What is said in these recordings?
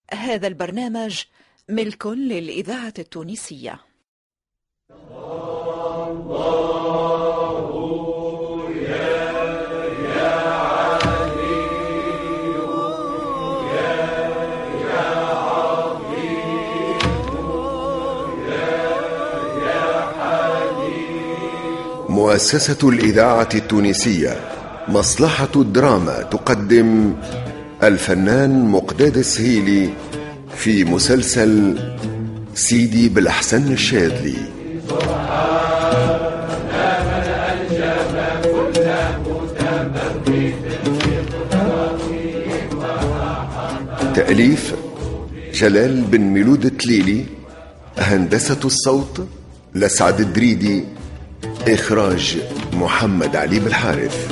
هذا البرنامج ملك للإذاعة التونسية. مؤسسة الإذاعة التونسية مصلحة الدراما تقدم الفنان مقداد السهيلي في مسلسل سيدي بالحسن الشاذلي. تأليف جلال بن ميلود التليلي، هندسة الصوت لسعد الدريدي، إخراج محمد علي بالحارث.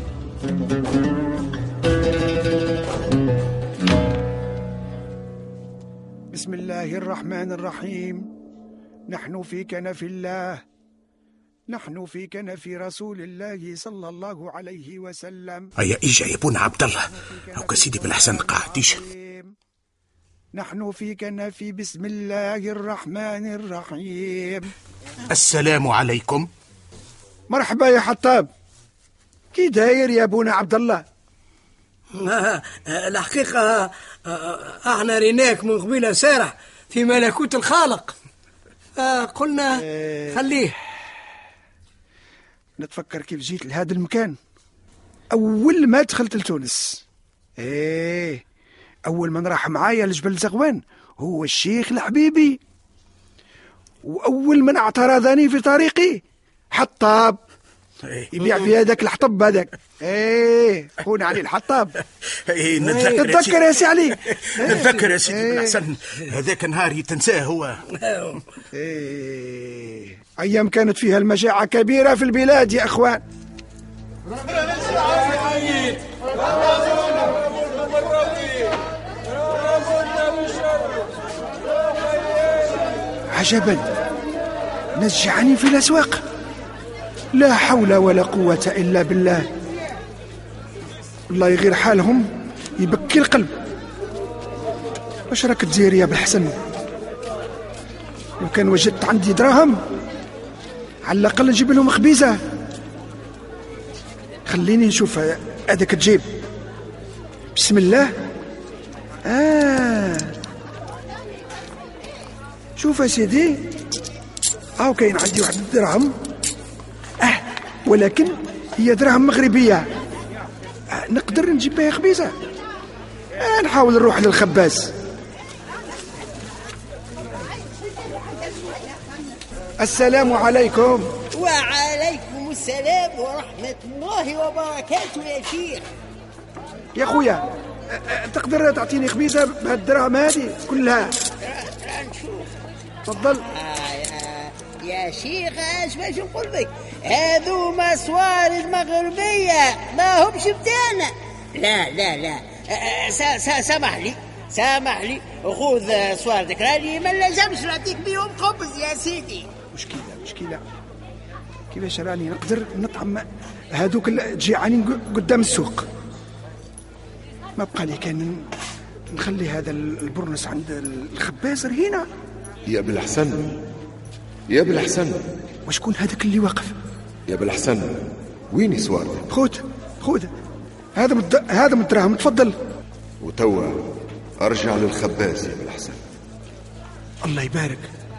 بسم الله الرحمن الرحيم. نحن في كنف الله، نحن في كنف رسول الله صلى الله عليه وسلم. هيا إجا يا بونا عبد الله، أو كسيدي بالحسن قاعد إجا. نحن في كنف بسم الله الرحمن الرحيم. السلام عليكم. مرحبا يا حطاب، كي داير يا بونا عبد الله؟ الحقيقة احنا ريناك من قبيلة سارح في ملكوت الخالق، قلنا خليه. نتفكر كيف جيت لهذا المكان أول ما دخلت لتونس. أول من راح معايا لجبل زغوان هو الشيخ الحبيبي، وأول من اعترضني في طريقي حطاب يبيع في هذاك الحطب هذاك. خونا علي الحطاب. نتذكر يا سي علي، نتذكر يا سيدي بالحسن، هذاك نهار تنساه هو. أيام كانت فيها المجاعة كبيرة في البلاد يا أخوان. عجبا، ناس جعانين في الأسواق، لا حول ولا قوة إلا بالله. الله يغير حالهم يبكي القلب. واش راك تزير يا بالحسن؟ لو كان وجدت عندي دراهم على الأقل نجيب لهم خبيزة. خليني نشوف هذاك تجيب. بسم الله. شوف يا سيدي، كاين عندي واحد الدراهم، ولكن هي دراهم مغربية، نقدر نجيب بها خبيزة. نحاول نروح للخباز. السلام عليكم. وعليكم السلام ورحمة الله وبركاته يا شيخ. يا خويا، تقدر تعطيني خبيزة بهالدراهم هذه كلها؟ نشوف. تفضل. يا شيخ اش باش نقول لك، هذو مسوار المغربية ما همش بتاعنا. لا لا لا، سامح لي خذ صوارتك، راني ما لازمش نعطيك بيهم خبز يا سيدي. مشكلة كيفاش راني نقدر نطعم هذوك الجيعانين قدام السوق؟ ما بقى لي كان نخلي هذا البرنس عند الخباز هنا. يا بالحسن وشكون هذاك اللي واقف؟ يا بالحسن، وين سوارتك؟ خذ هذا من الدراهم، تفضل. وتوا ارجع للخباز يا بالحسن. الله يبارك.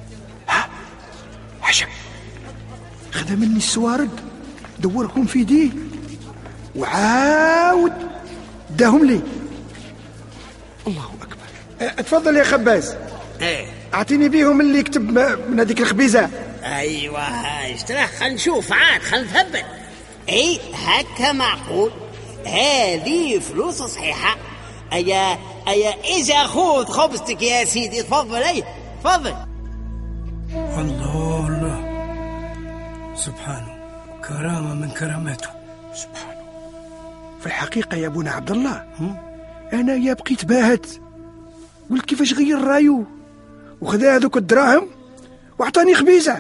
عجب، خذا مني السوارد، دورهم في يديه وعاود داهم لي. الله اكبر. تفضل يا خباز. اعطيني بيهم اللي يكتب من هذيك الخبيزة. ايوه اشتراه، خل نشوف عاد، خل نثبت. هكا معقول؟ هذه فلوس صحيحة. ايا اجا خذ خبزتك يا سيدي، تفضل. تفضل. الله سبحانه، كرامة من كراماته سبحانه. في الحقيقة يا ابونا عبد الله، انا يا بقيت باهت، قلت كيفاش غير رايو وخذا هذوك الدراهم واعطاني خبيزة.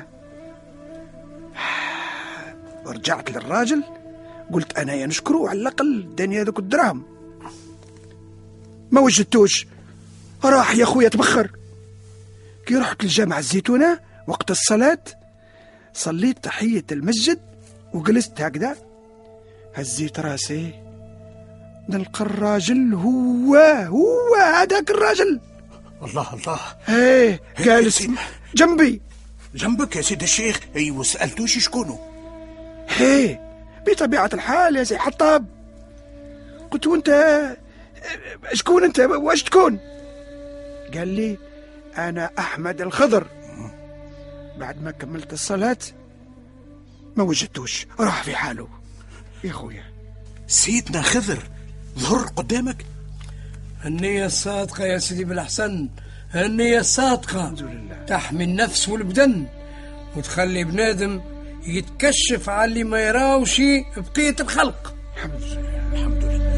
ورجعت للراجل قلت انا نشكره على الاقل داني هذوك الدراهم. ما وجدتوش، راح يا خويا تبخر. كي رحت لجامع الزيتونة وقت الصلاة صليت تحية المسجد وجلست هكذا، هزيت راسي نلقى الراجل هو هذاك الراجل. الله الله. ايه جالس جنبي. جنبك يا سيد الشيخ؟ ايوه سألتوش شكونه؟ ايه بطبيعة الحال يا سي حطاب. قلت وانت شكون انت واش تكون؟ قال لي انا احمد الخضر. بعد ما كملت الصلاة ما وجدتوش، راح في حاله يا خويا. سيدنا خضر ظهر قدامك؟ النية الصادقة يا سيدي بالأحسن، النية الصادقة الحمد لله تحمي النفس والبدن وتخلي بنادم يتكشف على اللي ما يراوش بقية الخلق. الحمد لله الحمد لله.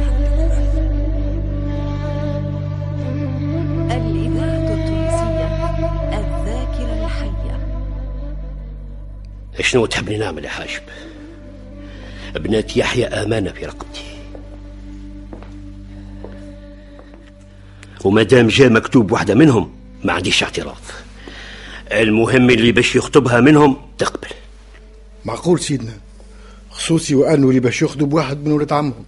الإذاعة التونسية الذاكرة الحية. شنو تحبني نعمل يا حاجب؟ ابنة يحيى أمانة في رقبتي، وما دام جاء مكتوب واحدة منهم ما عنديش اعتراض. المهم اللي باش يخطبها منهم تقبل. معقول سيدنا، خصوصي وأنه اللي باش يخطب واحد من ولد عمهم.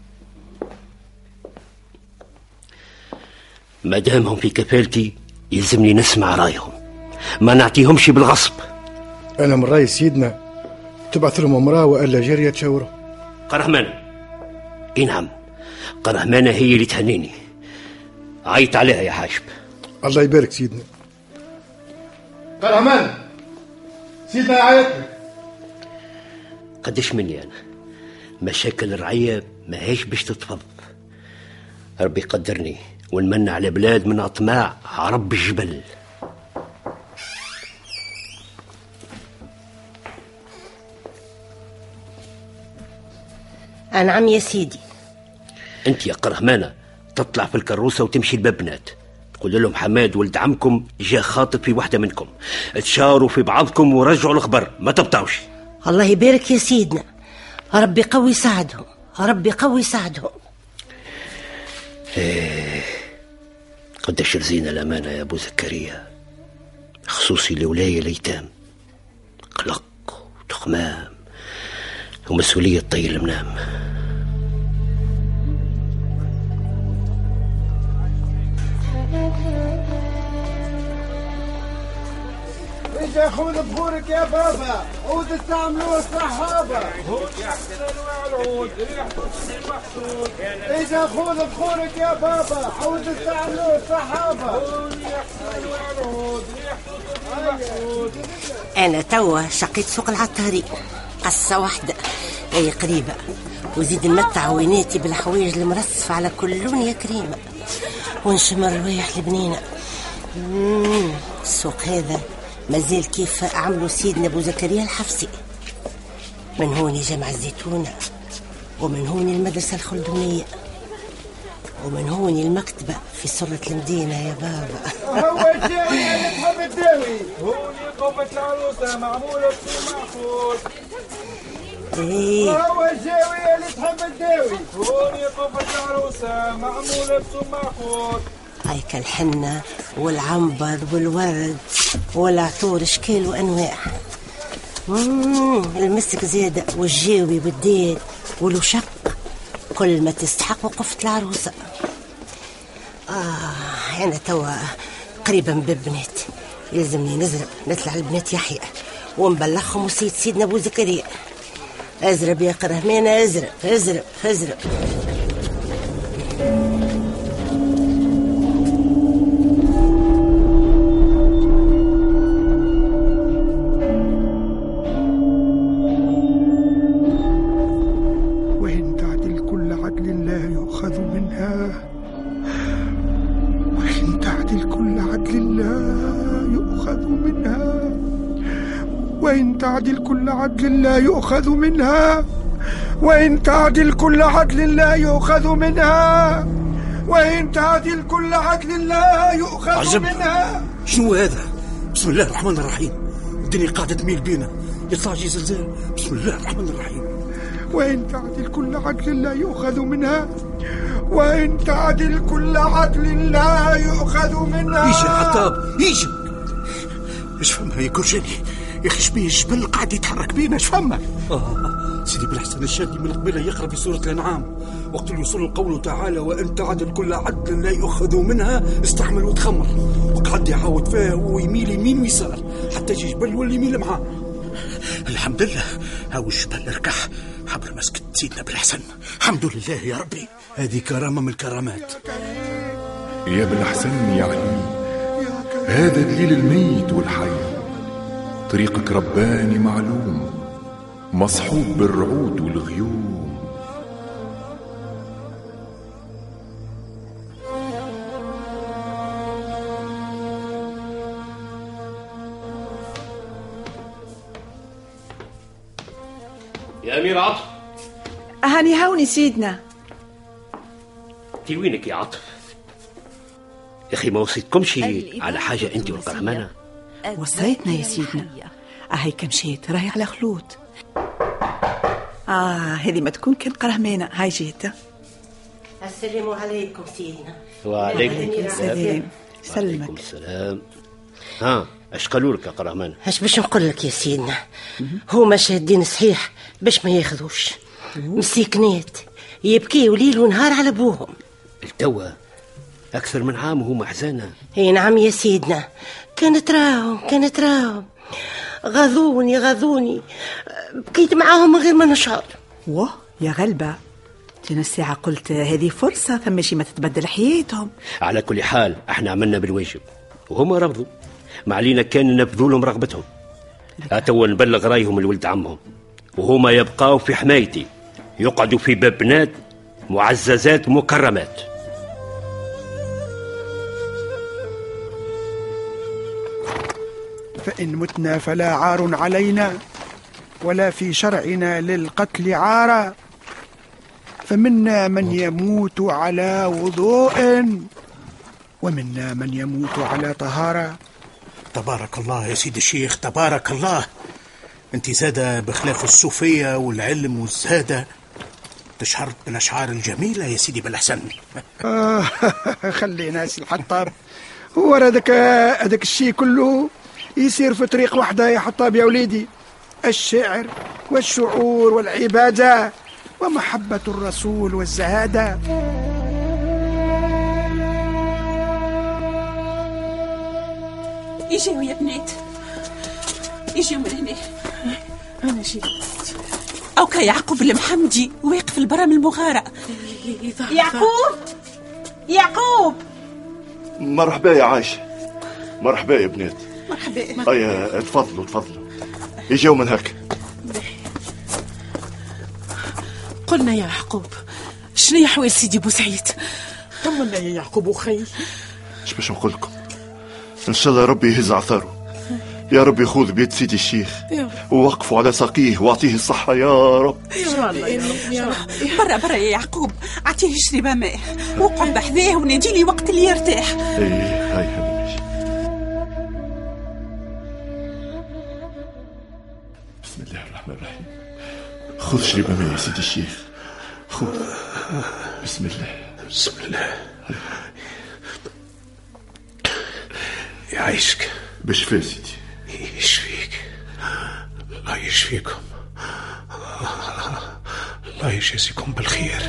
ما دامهم في كفالتي يلزمني نسمع رايهم، ما نعطيهمش بالغصب. أنا من رأي سيدنا تبعث لهم امرأة وإلا جارية تشاوره. قرهمانة، اي نعم، قرهمانة هي اللي تهنيني. عيط عليها يا حاجب. الله يبارك سيدنا. قرهمان سيدنا يعيط لك. قديش مني أنا مشاكل الرعية ما هيش باش تتفض. ربي يقدرني ونمنع على بلاد من أطماع عرب الجبل. نعم يا سيدي. انت يا قرهمانة تطلع في الكروسة وتمشي لبابنات، تقول لهم حماد ولد عمكم جا خاطب في واحدة منكم، تشاوروا في بعضكم ورجعوا الخبر، ما تبطاوش. الله يبارك يا سيدنا، ربي قوي ساعدهم، ربي قوي ساعدهم. قداش رزينا الأمانة يا أبو زكريا، خصوصي لولاية الأيتام، قلق وتخمام ومسؤولية طي المنام. إجا خذ بخورك يا بابا وتستعملوه الصحابة. إجا خذ بخورك يا بابا وتستعملوه الصحابة. أنا توا شقيت سوق العطاري قصة واحدة أي قريبة، وزيد نمتع ويناتي بالحوايج المرصفة على كل لون يا كريمة، ونشم الروايح البنينة. السوق هذا مازال كيف عملوا سيدنا أبو زكريا الحفصي. من هوني جامع الزيتونة، ومن هوني المدرسة الخلدونية، ومن هوني المكتبة في سرة المدينة يا بابا. هو الجاوي اللي تحب الداوي، هوني قبة العروسة معمولة بسوق معقول. هو الجاوي اللي تحب الداوي، هوني قبة العروسة معمولة بسوق معقول. هيك الحنة والعنبر والورد والعطور اشكال وانواع. المسك زيادة والجاوي والديل والوشق، كل ما تستحق وقفة العروسة. انا توا قريبا من باب بنات، يلزمني نزرب نطلع البنات يحيى ونبلغهم وسيد سيدنا ابو زكريا. ازرب يا قرهمانة، ازرب ازرب ازرب. وإن تعدل كل عدل لا يؤخذ منها، وإن تعدل كل عدل لا يؤخذ منها، وإن تعدل كل عدل لا يؤخذ منها. شنو هذا؟ بسم الله الرحمن الرحيم، الدنيا قاعدة تميل بينا، يطلع جي زلزال. بسم الله الرحمن الرحيم. وإن تعدل كل عدل لا يؤخذ منها، وإن تعدل كل عدل لا يؤخذ منها. يجي الحطاب يجي. ايش فهمها يا كرجاني يا اخي؟ شبيه الجبل قاعد يتحرك بينا؟ ايش فهمها؟ سيدي بالحسن الشادي من قبيله يقرا في سوره الانعام وقت اللي يوصل القول تعالى وان تعدل كل عدل لا يؤخذ منها استعمل وتخمر، وقعد يعاود فيها ويميل يمين ويسار حتى يجي جبل واللي يميل معاه. الحمد لله هاو الجبل ركح حبر مسكت سيدنا بالحسن. الحمد لله يا ربي، هذه كرامه من الكرامات. يا بالحسن يعني هذا دليل الميت والحي، طريقك رباني معلوم مصحوب بالرعود والغيوم. يا أمير عطف. هاني هوني سيدنا. انت وينك يا عطف؟ يا أخي ما وصيتكمش على حاجة أنت والقرهمانة؟ وصيتنا يا سيدنا. هيك مشيت راهي على خلوط. هذه ما تكون كان قرهمانة. هاي جيت. السلام عليكم سيدنا. وعليكم السلام. سلمك. السلام. اش قالوا لك يا قرهمان؟ اش باش نقول لك يا سيدنا، هما شادين صحيح باش ما ياخذوش، مسكنات يبكيوا ليل ونهار على ابوهم. التوا اكثر من عام وهما حزانه. اي نعم يا سيدنا، كانت راهم غاضوني بكيت معاهم من غير ما نشعر. واه يا غلبة، تنا الساعة قلت هذه فرصة فماشي ما تتبدل حياتهم. على كل حال احنا عملنا بالواجب وهما رفضوا، ما علينا كان ننفذوا لهم رغبتهم. توا نبلغ رايهم لولد عمهم وهما يبقاو في حمايتي، يقعدوا في باب معززات مكرمات. فإن متنا فلا عار علينا ولا في شرعنا للقتل عارا، فمنا من يموت على وضوء ومنا من يموت على طهارة. تبارك الله يا سيدي الشيخ، تبارك الله. انت زادة بخلاف الصوفية والعلم والزهادة تشعر بالأشعار الجميلة يا سيدي بالحسن. خلي ناس الحطاب، هو هذاك الشيء كله يصير في طريق واحدة يا حطاب يا وليدي، الشعر والشعور والعبادة ومحبة الرسول والزهادة. يجيو يا بنات، يجيو من هنا. أنا جيت. أوكا يعقوب المحمدي واقف البرا من المغارة. يعقوب مرحبا يا عايشة. مرحبا يا بنات. مرحبا. أي تفضلوا يجيو من هكا. قلنا يا يعقوب شنو يا حوال سيدي بوسعيد؟ طمنا يا يعقوب وخي. اش باش نقول لكم؟ ان شاء الله ربي يهز عثاره، يا رب يخوض بيد سيدي الشيخ ووقفوا على ساقيه واعطيه الصحة يا رب. يا رب. برا يا يعقوب، اعطيه شريبة ماء وقعد بحذاه وناديلي وقت اللي يرتاح. هاي ماشي. بسم الله الرحمن الرحيم. خذ شريبة ماء يا سيدي الشيخ، خذ. بسم الله. يعيشك. بشفاء سيدي. يشفيك. الله يشفيكم. الله يجازيكم بالخير.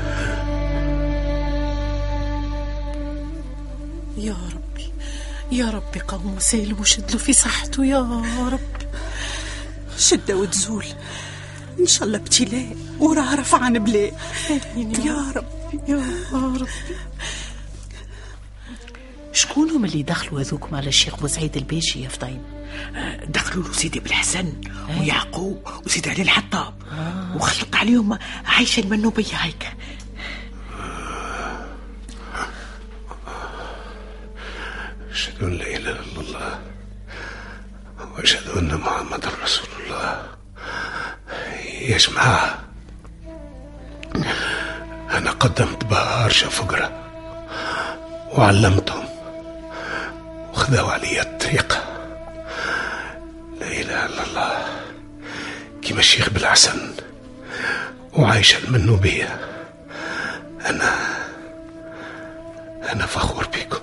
يا ربي قوم وسالم وشدلوا في صحته يا رب، شدة وتزول إن شاء الله ابتلاء وراه رفعان بلاء يا رب. شكونهم اللي دخلوا هذوكم على الشيخ بوسعيد الباشي يا فطيم؟ دخلوا له سيدي بالحسن ويعقوب وسيدي علي الحطاب وخلط عليهم عايشة المنوبية هيك. أشهد أن لا إله إلا الله وأشهد أن محمد رسول الله. يا جماعة، أنا قدمت برشا فقرة وعلمتهم وخذوا علي الطريقة. لا إله إلا الله كما الشيخ بالحسن وعايشة المنوبية. أنا فخور بكم.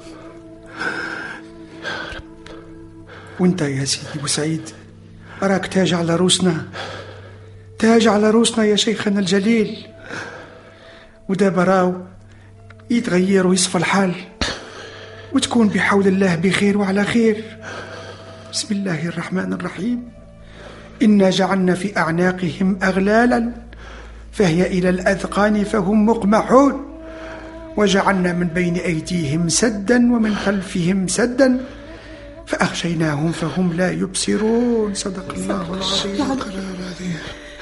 وانت يا سيدي بوسعيد أراك تاج على روسنا، تاج على روسنا يا شيخنا الجليل. ودابا راو يتغير ويصفى الحال وتكون بحول الله بخير وعلى خير. بسم الله الرحمن الرحيم. إنا جعلنا في أعناقهم أغلالا فهي إلى الأذقان فهم مقمحون وجعلنا من بين أيديهم سدا ومن خلفهم سدا فأغشيناهم فهم لا يبصرون. صدق الله العظيم.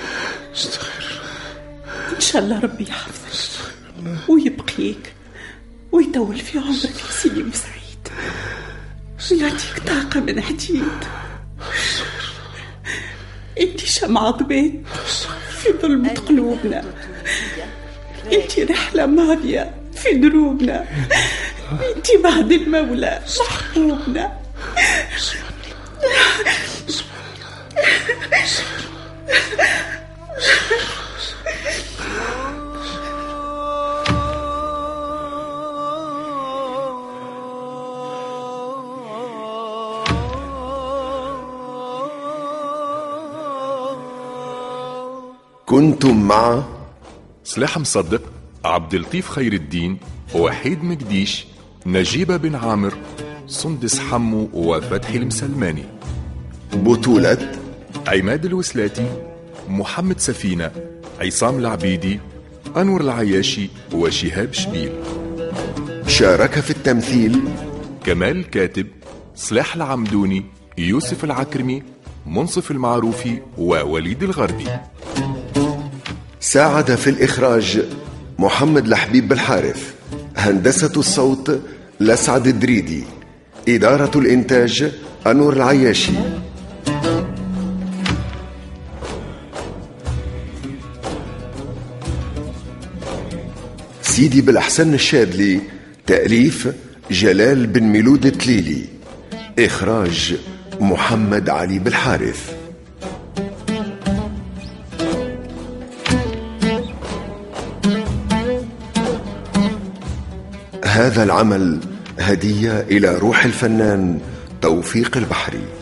إن شاء الله ربي يحفظك ويبقيك ويطول في عمرك يا سيدي بوسعيد ويعطيك طاقة من حديد. انتي شمعة ضبيت في ظلمة قلوبنا، انتي رحلة ماضية في دروبنا، انتي بعد المولى محبوبنا. كنتم مع صلاح مصدق، عبد اللطيف خير الدين، وحيد مقديش، نجيبة بن عامر، سندس حمو وفتحي المسلماني. بطولة عماد الوسلاتي، محمد سفينة، عصام العبيدي، أنور العياشي وشهاب شبيل. شارك في التمثيل كمال الكاتب، صلاح العمدوني، يوسف العكرمي، منصف المعروفي ووليد الغربي. ساعد في الإخراج محمد لحبيب بالحارث. هندسة الصوت لسعد الدريدي. إدارة الإنتاج أنور العياشي. سيدي بالأحسن الشاذلي. تأليف جلال بن ميلود التليلي. إخراج محمد علي بالحارث. هذا العمل هدية إلى روح الفنان توفيق البحري.